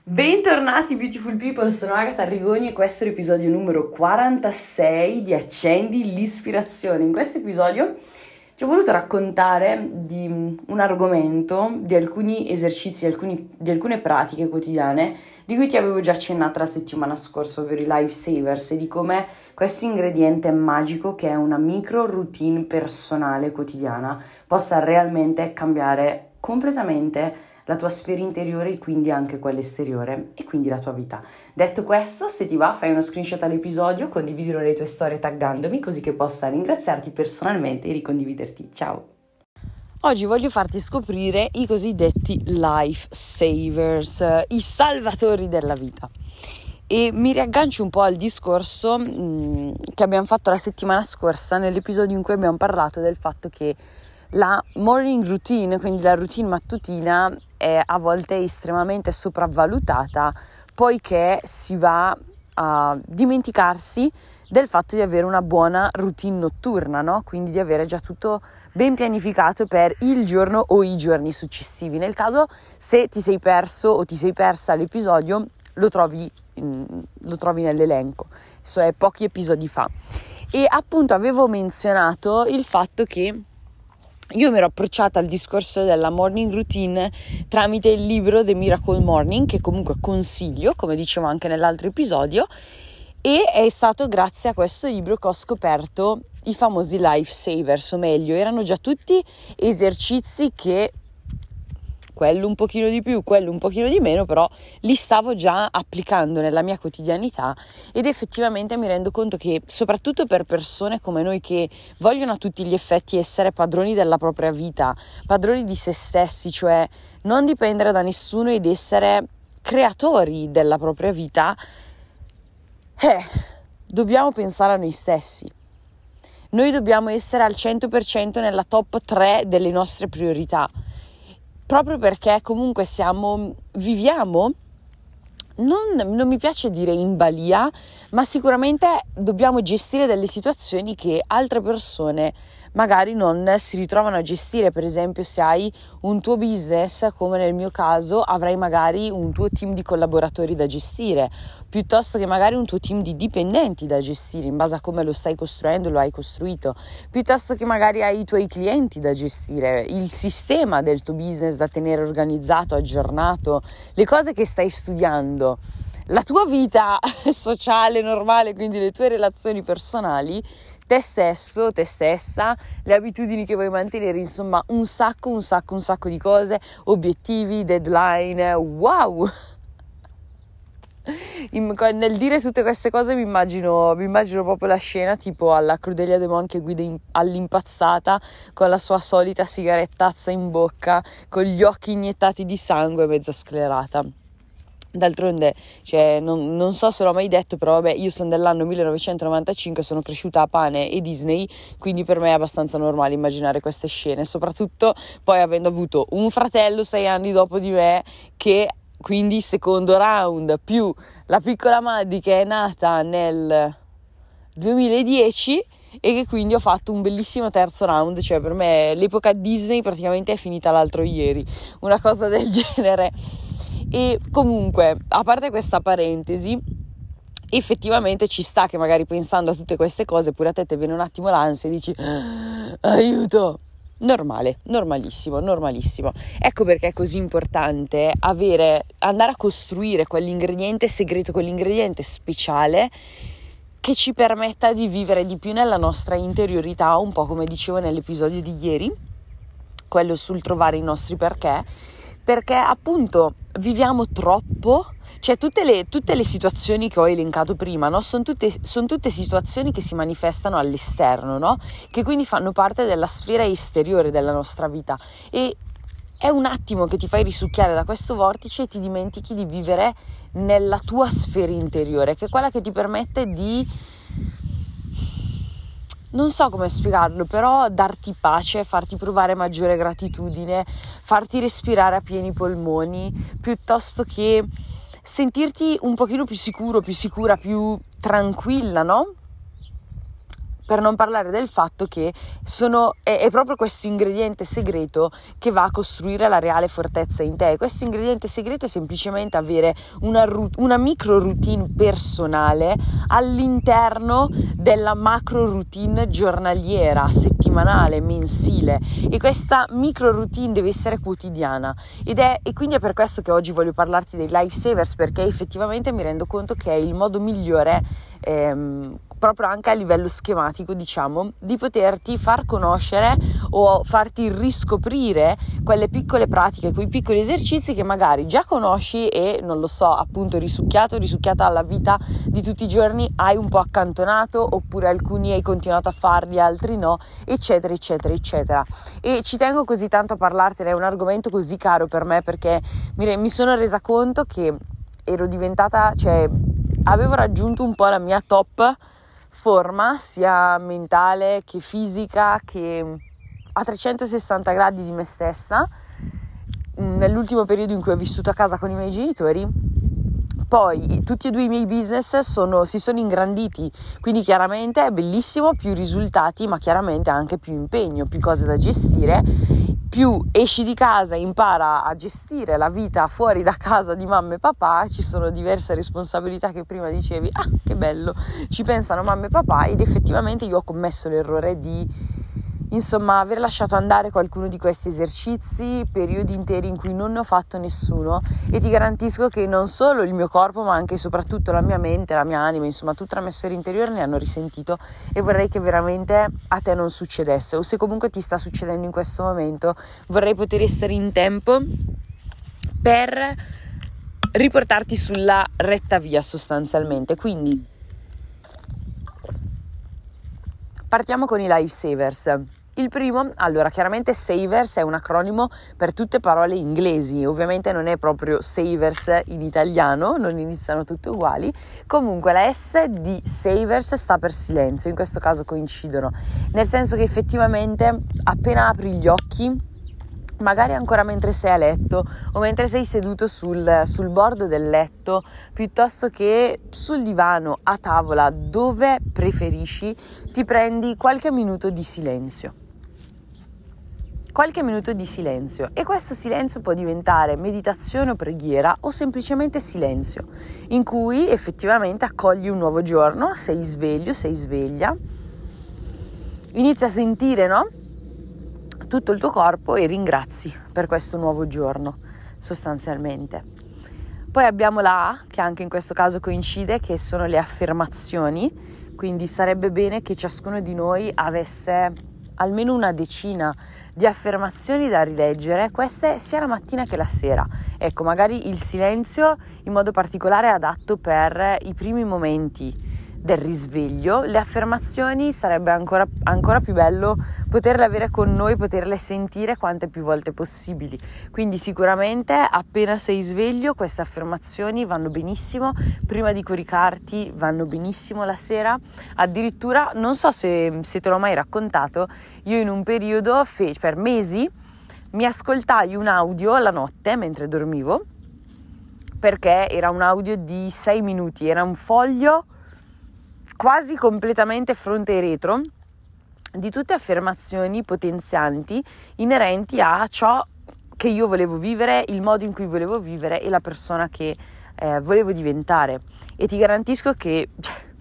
Bentornati Beautiful People, sono Agata Arrigoni e questo è l'episodio numero 46 di Accendi l'Ispirazione. In questo episodio ti ho voluto raccontare di un argomento, di alcuni esercizi, di alcune pratiche quotidiane di cui ti avevo già accennato la settimana scorsa, ovvero i lifesavers, e di come questo ingrediente magico, che è una micro routine personale quotidiana, possa realmente cambiare completamente la tua sfera interiore e quindi anche quella esteriore e quindi la tua vita. Detto questo, se ti va, fai uno screenshot all'episodio, condividilo le tue storie taggandomi così che possa ringraziarti personalmente e ricondividerti. Ciao! Oggi voglio farti scoprire i cosiddetti life savers, i salvatori della vita. E mi riaggancio un po' al discorso che abbiamo fatto la settimana scorsa nell'episodio in cui abbiamo parlato del fatto che la morning routine, quindi la routine mattutina, è a volte estremamente sopravvalutata, poiché si va a dimenticarsi del fatto di avere una buona routine notturna, no? Quindi di avere già tutto ben pianificato per il giorno o i giorni successivi. Nel caso, se ti sei perso o ti sei persa l'episodio, lo trovi nell'elenco, è pochi episodi fa. E appunto avevo menzionato il fatto che io mi ero approcciata al discorso della morning routine tramite il libro The Miracle Morning, che comunque consiglio, come dicevo anche nell'altro episodio, e è stato grazie a questo libro che ho scoperto i famosi life savers, o meglio, erano già tutti esercizi che quello un pochino di più, quello un pochino di meno, però li stavo già applicando nella mia quotidianità ed effettivamente mi rendo conto che soprattutto per persone come noi che vogliono a tutti gli effetti essere padroni della propria vita, padroni di se stessi, cioè non dipendere da nessuno ed essere creatori della propria vita, dobbiamo pensare a noi stessi. Noi dobbiamo essere al 100% nella top 3 delle nostre priorità. Proprio perché comunque viviamo, non mi piace dire in balia, ma sicuramente dobbiamo gestire delle situazioni che altre persone magari non si ritrovano a gestire. Per esempio, se hai un tuo business, come nel mio caso, avrai magari un tuo team di collaboratori da gestire, piuttosto che magari un tuo team di dipendenti da gestire, in base a come lo stai costruendo, lo hai costruito, piuttosto che magari hai i tuoi clienti da gestire, il sistema del tuo business da tenere organizzato, aggiornato, le cose che stai studiando, la tua vita sociale normale, quindi le tue relazioni personali, te stesso, te stessa, le abitudini che vuoi mantenere, insomma un sacco di cose, obiettivi, deadline, wow! Nel dire tutte queste cose mi immagino proprio la scena tipo alla Crudelia De Mon che guida all'impazzata con la sua solita sigarettazza in bocca, con gli occhi iniettati di sangue, mezza sclerata. D'altronde, cioè, non so se l'ho mai detto, però vabbè, io sono dell'anno 1995, sono cresciuta a pane e Disney, quindi per me è abbastanza normale immaginare queste scene, soprattutto poi avendo avuto un fratello 6 anni dopo di me, che quindi secondo round, più la piccola Maddie che è nata nel 2010 e che quindi ho fatto un bellissimo terzo round, cioè per me l'epoca Disney praticamente è finita l'altro ieri, una cosa del genere. E comunque, a parte questa parentesi, effettivamente ci sta che magari pensando a tutte queste cose pure a te viene un attimo l'ansia e dici aiuto, normalissimo. Ecco perché è così importante andare a costruire quell'ingrediente segreto, quell'ingrediente speciale che ci permetta di vivere di più nella nostra interiorità, un po' come dicevo nell'episodio di ieri, quello sul trovare i nostri perché appunto viviamo troppo, cioè tutte le situazioni che ho elencato prima, no? Sono tutte situazioni che si manifestano all'esterno, no? Che quindi fanno parte della sfera esteriore della nostra vita e è un attimo che ti fai risucchiare da questo vortice e ti dimentichi di vivere nella tua sfera interiore, che è quella che ti permette di, non so come spiegarlo, però darti pace, farti provare maggiore gratitudine, farti respirare a pieni polmoni, piuttosto che sentirti un pochino più sicuro, più sicura, più tranquilla, no? Per non parlare del fatto che è proprio questo ingrediente segreto che va a costruire la reale fortezza in te. Questo ingrediente segreto è semplicemente avere una micro routine personale all'interno della macro routine giornaliera, settimanale, mensile, e questa micro routine deve essere quotidiana e quindi è per questo che oggi voglio parlarti dei lifesavers, perché effettivamente mi rendo conto che è il modo migliore, proprio anche a livello schematico, diciamo, di poterti far conoscere o farti riscoprire quelle piccole pratiche, quei piccoli esercizi che magari già conosci e, non lo so, appunto risucchiata alla vita di tutti i giorni, hai un po' accantonato, oppure alcuni hai continuato a farli, altri no, eccetera eccetera eccetera. E ci tengo così tanto a parlartene, è un argomento così caro per me, perché mi sono resa conto che ero diventata, avevo raggiunto un po' la mia top forma, sia mentale che fisica, che a 360 gradi di me stessa, nell'ultimo periodo in cui ho vissuto a casa con i miei genitori. Poi tutti e due i miei business si sono ingranditi, quindi chiaramente è bellissimo, più risultati, ma chiaramente anche più impegno, più cose da gestire, più esci di casa e impara a gestire la vita fuori da casa di mamma e papà. Ci sono diverse responsabilità che prima dicevi, ah che bello, ci pensano mamma e papà, ed effettivamente io ho commesso l'errore di aver lasciato andare qualcuno di questi esercizi, periodi interi in cui non ne ho fatto nessuno, e ti garantisco che non solo il mio corpo, ma anche e soprattutto la mia mente, la mia anima, insomma tutta la mia sfera interiore ne hanno risentito, e vorrei che veramente a te non succedesse, o se comunque ti sta succedendo in questo momento, vorrei poter essere in tempo per riportarti sulla retta via sostanzialmente. Quindi partiamo con i lifesavers. Il primo, allora, chiaramente Savers è un acronimo per tutte parole inglesi, ovviamente non è proprio Savers in italiano, non iniziano tutte uguali. Comunque la S di Savers sta per silenzio, in questo caso coincidono, nel senso che effettivamente appena apri gli occhi, magari ancora mentre sei a letto o mentre sei seduto sul bordo del letto, piuttosto che sul divano, a tavola, dove preferisci, ti prendi qualche minuto di silenzio. Qualche minuto di silenzio, e questo silenzio può diventare meditazione o preghiera, o semplicemente silenzio, in cui effettivamente accogli un nuovo giorno, sei sveglio, sei sveglia, inizi a sentire, no? Tutto il tuo corpo e ringrazi per questo nuovo giorno, sostanzialmente. Poi abbiamo la A, che anche in questo caso coincide, che sono le affermazioni, quindi sarebbe bene che ciascuno di noi avesse almeno una decina di affermazioni da rileggere, queste sia la mattina che la sera. Ecco, magari il silenzio in modo particolare è adatto per i primi momenti del risveglio. Le affermazioni sarebbe ancora più bello poterle avere con noi, poterle sentire quante più volte possibili. Quindi sicuramente appena sei sveglio queste affermazioni vanno benissimo, prima di coricarti vanno benissimo, la sera. Addirittura, non so se te l'ho mai raccontato, io in un periodo per mesi mi ascoltai un audio la notte mentre dormivo, perché era un audio di 6 minuti, era un foglio quasi completamente fronte e retro di tutte affermazioni potenzianti inerenti a ciò che io volevo vivere, il modo in cui volevo vivere e la persona che volevo diventare. E ti garantisco che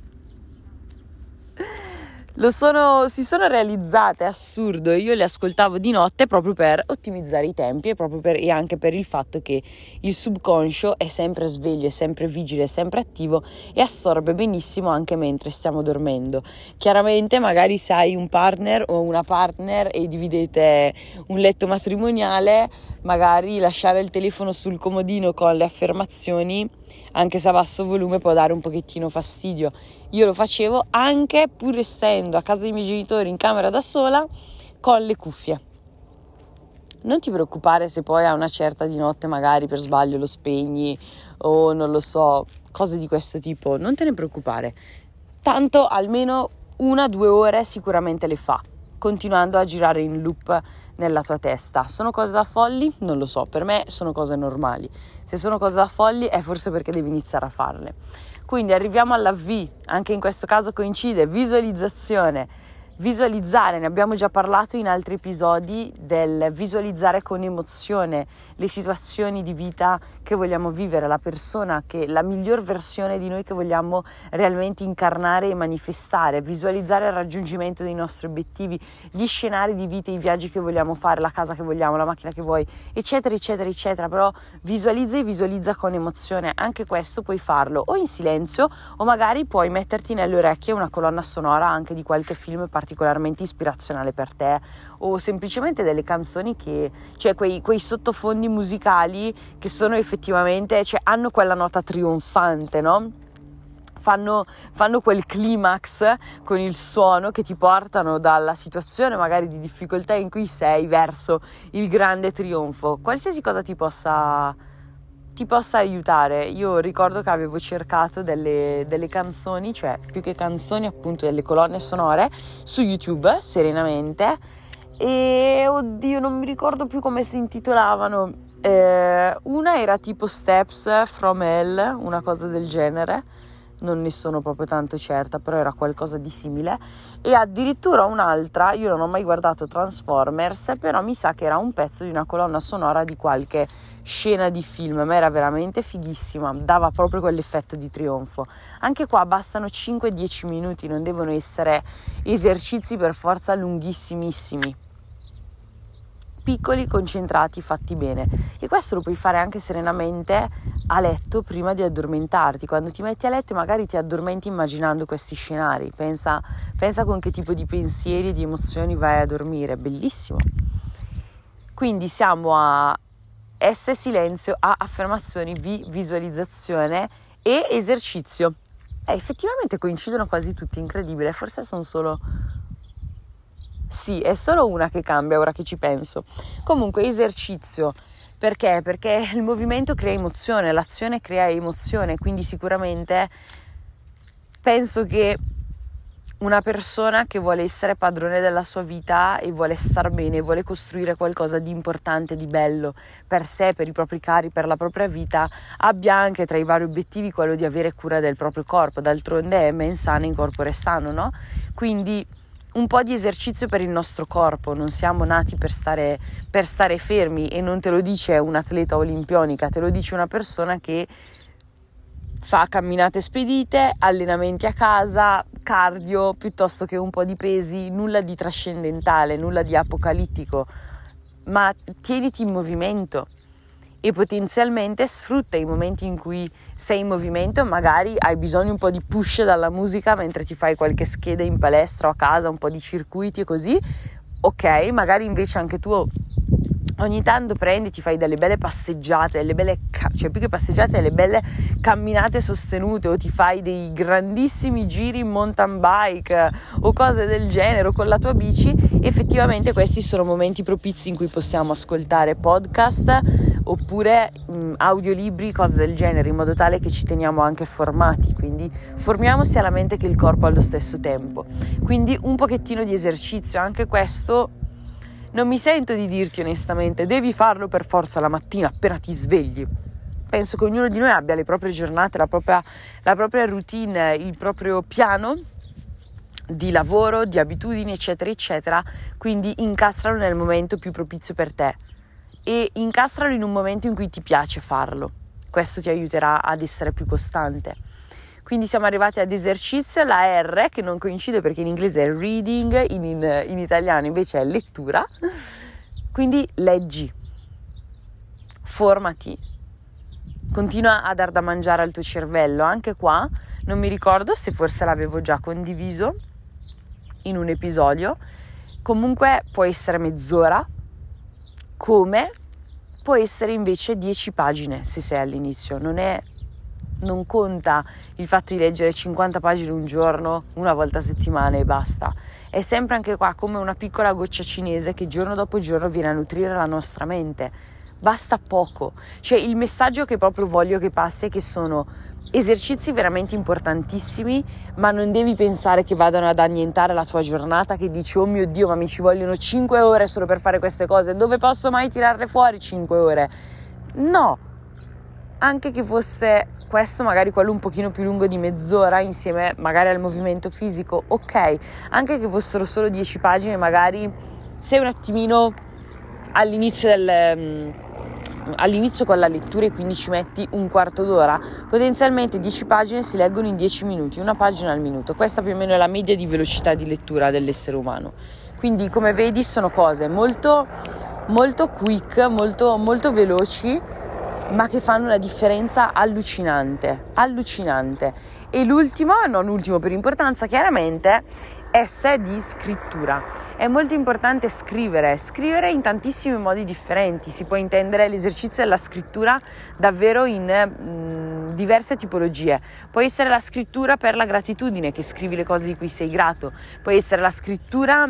si sono realizzate, è assurdo, e io le ascoltavo di notte proprio per ottimizzare i tempi e anche per il fatto che il subconscio è sempre sveglio, è sempre vigile, è sempre attivo e assorbe benissimo anche mentre stiamo dormendo. Chiaramente magari se hai un partner o una partner e dividete un letto matrimoniale, magari lasciare il telefono sul comodino con le affermazioni, anche se a basso volume, può dare un pochettino fastidio. Io lo facevo anche pur essendo a casa dei miei genitori in camera da sola con le cuffie. Non ti preoccupare se poi a una certa di notte magari per sbaglio lo spegni o non lo so, cose di questo tipo, non te ne preoccupare. Tanto almeno 1-2 ore sicuramente le fa, continuando a girare in loop nella tua testa. Sono cose da folli? Non lo so, per me sono cose normali. Se sono cose da folli è forse perché devi iniziare a farle. Quindi arriviamo alla V, anche in questo caso coincide, visualizzazione. Visualizzare, ne abbiamo già parlato in altri episodi, del visualizzare con emozione le situazioni di vita che vogliamo vivere, la miglior versione di noi che vogliamo realmente incarnare e manifestare, visualizzare il raggiungimento dei nostri obiettivi, gli scenari di vita, i viaggi che vogliamo fare, la casa che vogliamo, la macchina che vuoi, eccetera, eccetera, eccetera. Però visualizza con emozione. Anche questo puoi farlo o in silenzio, o magari puoi metterti nelle orecchie una colonna sonora anche di qualche film particolarmente ispirazionale per te, o semplicemente delle canzoni cioè quei sottofondi musicali che sono effettivamente, cioè hanno quella nota trionfante, no? Fanno quel climax con il suono che ti portano dalla situazione magari di difficoltà in cui sei verso il grande trionfo. Qualsiasi cosa ti possa aiutare. Io ricordo che avevo cercato delle canzoni, cioè più che canzoni appunto delle colonne sonore su YouTube serenamente, e oddio non mi ricordo più come si intitolavano. Una era tipo Steps from Hell, una cosa del genere, non ne sono proprio tanto certa, però era qualcosa di simile. E addirittura un'altra, io non ho mai guardato Transformers, però mi sa che era un pezzo di una colonna sonora di qualche scena di film, ma era veramente fighissima, dava proprio quell'effetto di trionfo. Anche qua bastano 5-10 minuti, non devono essere esercizi per forza lunghissimissimi, piccoli, concentrati, fatti bene. E questo lo puoi fare anche serenamente a letto prima di addormentarti. Quando ti metti a letto magari ti addormenti immaginando questi scenari, pensa con che tipo di pensieri e di emozioni vai a dormire, bellissimo. Quindi siamo a S silenzio, A affermazioni, V visualizzazione e esercizio. Effettivamente coincidono quasi tutti, incredibile, forse sono solo... Sì, è solo una che cambia ora che ci penso. Comunque esercizio, perché? Perché il movimento crea emozione, l'azione crea emozione, quindi sicuramente penso che una persona che vuole essere padrone della sua vita e vuole star bene, vuole costruire qualcosa di importante, di bello per sé, per i propri cari, per la propria vita, abbia anche tra i vari obiettivi quello di avere cura del proprio corpo. D'altronde è mens sana in corpore sano, no? Quindi un po' di esercizio per il nostro corpo, non siamo nati per stare fermi, e non te lo dice un atleta olimpionica, te lo dice una persona che fa camminate spedite, allenamenti a casa, cardio, piuttosto che un po' di pesi, nulla di trascendentale, nulla di apocalittico, ma tieniti in movimento e potenzialmente sfrutta i momenti in cui sei in movimento. Magari hai bisogno un po' di push dalla musica mentre ti fai qualche scheda in palestra o a casa, un po' di circuiti e così, ok, magari invece anche tu ogni tanto prendi, ti fai delle belle passeggiate, cioè più che passeggiate, delle belle camminate sostenute, o ti fai dei grandissimi giri in mountain bike o cose del genere, o con la tua bici. Effettivamente questi sono momenti propizi in cui possiamo ascoltare podcast oppure audiolibri, cose del genere, in modo tale che ci teniamo anche formati, quindi formiamo sia la mente che il corpo allo stesso tempo. Quindi un pochettino di esercizio, anche questo non mi sento di dirti onestamente devi farlo per forza la mattina appena ti svegli. Penso che ognuno di noi abbia le proprie giornate, la propria routine, il proprio piano di lavoro, di abitudini, eccetera eccetera, quindi incastralo nel momento più propizio per te e incastralo in un momento in cui ti piace farlo. Questo ti aiuterà ad essere più costante. Quindi siamo arrivati ad esercizio, la R che non coincide perché in inglese è reading, in italiano invece è lettura. Quindi leggi, formati, continua a dar da mangiare al tuo cervello. Anche qua non mi ricordo se forse l'avevo già condiviso in un episodio, comunque può essere mezz'ora, come può essere invece 10 pagine se sei all'inizio. Non conta il fatto di leggere 50 pagine un giorno, una volta a settimana e basta. È sempre anche qua come una piccola goccia cinese che giorno dopo giorno viene a nutrire la nostra mente. Basta poco. Cioè il messaggio che proprio voglio che passi è che sono esercizi veramente importantissimi, ma non devi pensare che vadano ad annientare la tua giornata, che dici oh mio Dio ma mi ci vogliono 5 ore solo per fare queste cose, dove posso mai tirarle fuori 5 ore? No, anche che fosse questo magari quello un pochino più lungo di mezz'ora insieme magari al movimento fisico, ok, anche che fossero solo 10 pagine, magari sei un attimino all'inizio con la lettura e quindi ci metti un quarto d'ora, potenzialmente 10 pagine si leggono in 10 minuti, una pagina al minuto. Questa più o meno è la media di velocità di lettura dell'essere umano. Quindi come vedi sono cose molto, molto quick, molto, molto veloci, ma che fanno una differenza allucinante. E l'ultimo, non ultimo per importanza chiaramente, è sé di scrittura. È molto importante scrivere in tantissimi modi differenti. Si può intendere l'esercizio della scrittura davvero in diverse tipologie. Può essere la scrittura per la gratitudine, che scrivi le cose di cui sei grato. Può essere la scrittura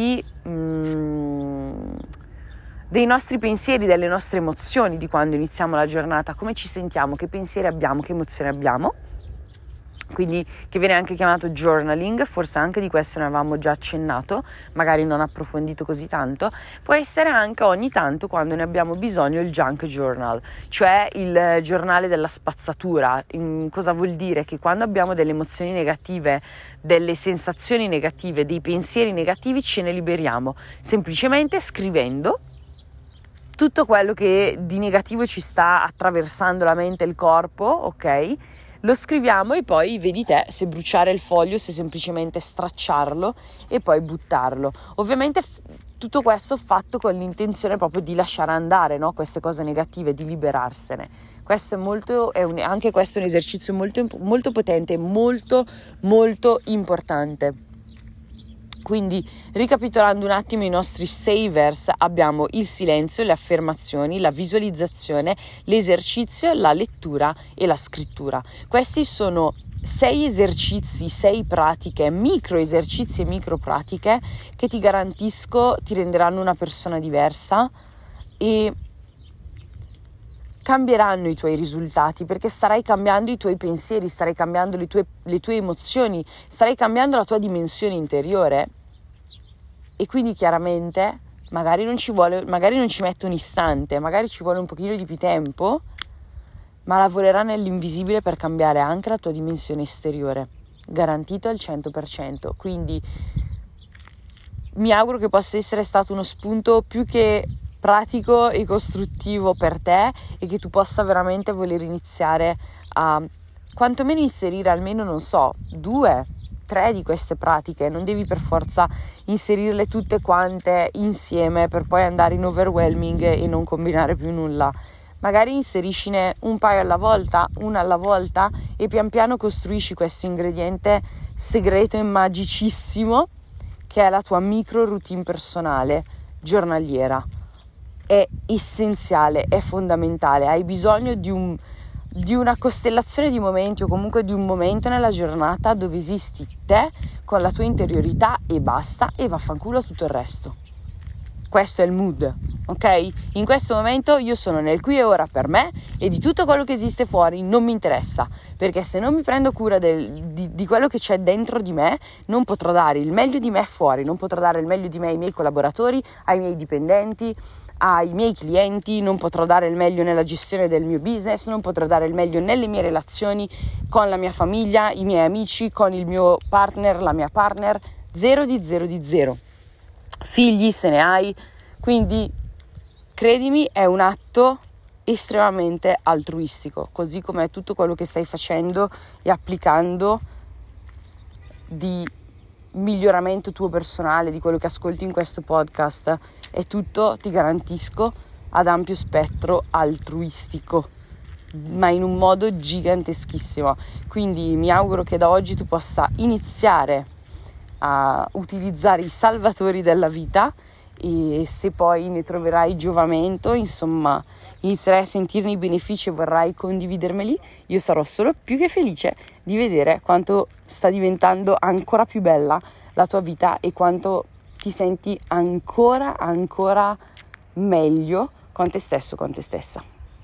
dei nostri pensieri, delle nostre emozioni, di quando iniziamo la giornata, come ci sentiamo, che pensieri abbiamo, che emozioni abbiamo. Quindi che viene anche chiamato journaling, forse anche di questo ne avevamo già accennato, magari non approfondito così tanto. Può essere anche ogni tanto, quando ne abbiamo bisogno, il junk journal, cioè il giornale della spazzatura. Cosa vuol dire? Che quando abbiamo delle emozioni negative, delle sensazioni negative, dei pensieri negativi, ce ne liberiamo semplicemente scrivendo tutto quello che di negativo ci sta attraversando la mente e il corpo, ok? Lo scriviamo e poi vedi te se bruciare il foglio, se semplicemente stracciarlo e poi buttarlo. Ovviamente tutto questo fatto con l'intenzione proprio di lasciare andare, no? Queste cose negative, di liberarsene. Questo anche questo è un esercizio molto, molto potente, molto, molto importante. Quindi, ricapitolando un attimo i nostri savers, abbiamo il silenzio, le affermazioni, la visualizzazione, l'esercizio, la lettura e la scrittura. Questi sono 6 esercizi, 6 pratiche, micro esercizi e micro pratiche che ti garantisco ti renderanno una persona diversa e cambieranno i tuoi risultati, perché starai cambiando i tuoi pensieri, starai cambiando le tue emozioni, starai cambiando la tua dimensione interiore. E quindi chiaramente magari non ci mette un istante, magari ci vuole un pochino di più tempo, ma lavorerà nell'invisibile per cambiare anche la tua dimensione esteriore, garantito al 100%. Quindi mi auguro che possa essere stato uno spunto più che pratico e costruttivo per te e che tu possa veramente voler iniziare a quantomeno inserire almeno, 2-3 di queste pratiche. Non devi per forza inserirle tutte quante insieme per poi andare in overwhelming e non combinare più nulla. Magari inseriscine un paio alla volta, una alla volta, e pian piano costruisci questo ingrediente segreto e magicissimo che è la tua micro routine personale giornaliera. È essenziale, è fondamentale. Hai bisogno di una costellazione di momenti, o comunque di un momento nella giornata dove esisti te con la tua interiorità e basta, e vaffanculo tutto il resto. Questo è il mood, ok? In questo momento io sono nel qui e ora per me, e di tutto quello che esiste fuori non mi interessa, perché se non mi prendo cura di quello che c'è dentro di me, non potrò dare il meglio di me fuori, non potrò dare il meglio di me ai miei collaboratori, ai miei dipendenti, ai miei clienti, non potrò dare il meglio nella gestione del mio business, non potrò dare il meglio nelle mie relazioni con la mia famiglia, i miei amici, con il mio partner, la mia partner. Zero di zero. Figli se ne hai, quindi credimi, è un atto estremamente altruistico, così come tutto quello che stai facendo e applicando di miglioramento tuo personale, di quello che ascolti in questo podcast, è tutto, ti garantisco, ad ampio spettro altruistico, ma in un modo giganteschissimo. Quindi mi auguro che da oggi tu possa iniziare a utilizzare i salvatori della vita, e se poi ne troverai giovamento, insomma, inizierai a sentirne i benefici e vorrai condividermeli, io sarò solo più che felice di vedere quanto sta diventando ancora più bella la tua vita e quanto ti senti ancora meglio con te stesso, con te stessa.